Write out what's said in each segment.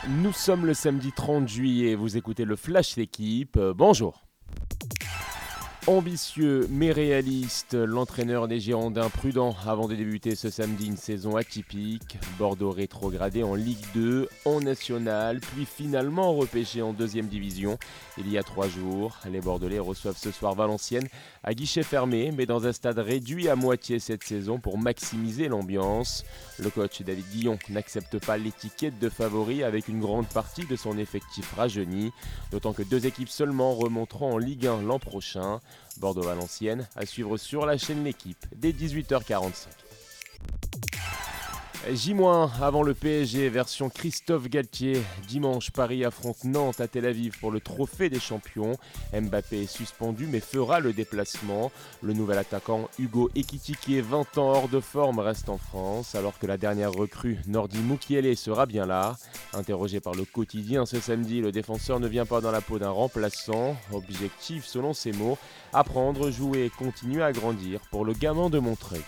Nous sommes le samedi 30 juillet, vous écoutez le Flash L'équipe, bonjour. Ambitieux mais réaliste, l'entraîneur des Girondins prudent avant de débuter ce samedi une saison atypique. Bordeaux rétrogradé en Ligue 2, en National, puis finalement repêché en 2e division il y a 3 jours. Les Bordelais reçoivent ce soir Valenciennes à guichet fermé, mais dans un stade réduit à moitié cette saison pour maximiser l'ambiance. Le coach David Guillon n'accepte pas l'étiquette de favori avec une grande partie de son effectif rajeuni, d'autant que 2 équipes seulement remonteront en Ligue 1 l'an prochain. Bordeaux-Valenciennes à suivre sur la chaîne L'équipe dès 18h45. J- avant le PSG version Christophe Galtier. Dimanche, Paris affronte Nantes à Tel Aviv pour le trophée des champions. Mbappé est suspendu mais fera le déplacement. Le nouvel attaquant Hugo Ekitike, 20 ans hors de forme, reste en France alors que la dernière recrue Nordi Mukiele sera bien là. Interrogé par le quotidien ce samedi, le défenseur ne vient pas dans la peau d'un remplaçant. Objectif selon ses mots, apprendre, jouer et continuer à grandir pour le gamin de Montreuil.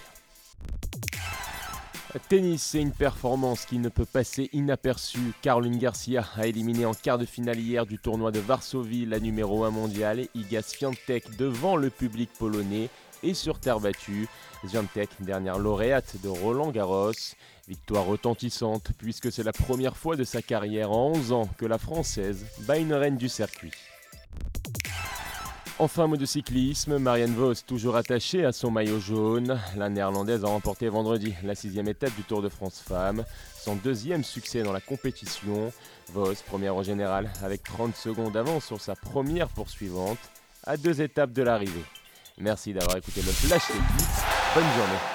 Tennis, c'est une performance qui ne peut passer inaperçue. Caroline Garcia a éliminé en quart de finale hier du tournoi de Varsovie la numéro 1 mondiale, Iga Świątek, devant le public polonais et sur terre battue. Świątek, dernière lauréate de Roland Garros. Victoire retentissante puisque c'est la première fois de sa carrière en 11 ans que la Française bat une reine du circuit. Enfin, mot de cyclisme, Marianne Vos toujours attachée à son maillot jaune. La néerlandaise a remporté vendredi la 6e étape du Tour de France Femmes. Son 2e succès dans la compétition. Vos, première au général, avec 30 secondes d'avance sur sa première poursuivante, à 2 étapes de l'arrivée. Merci d'avoir écouté le Flash L'équipe. Bonne journée.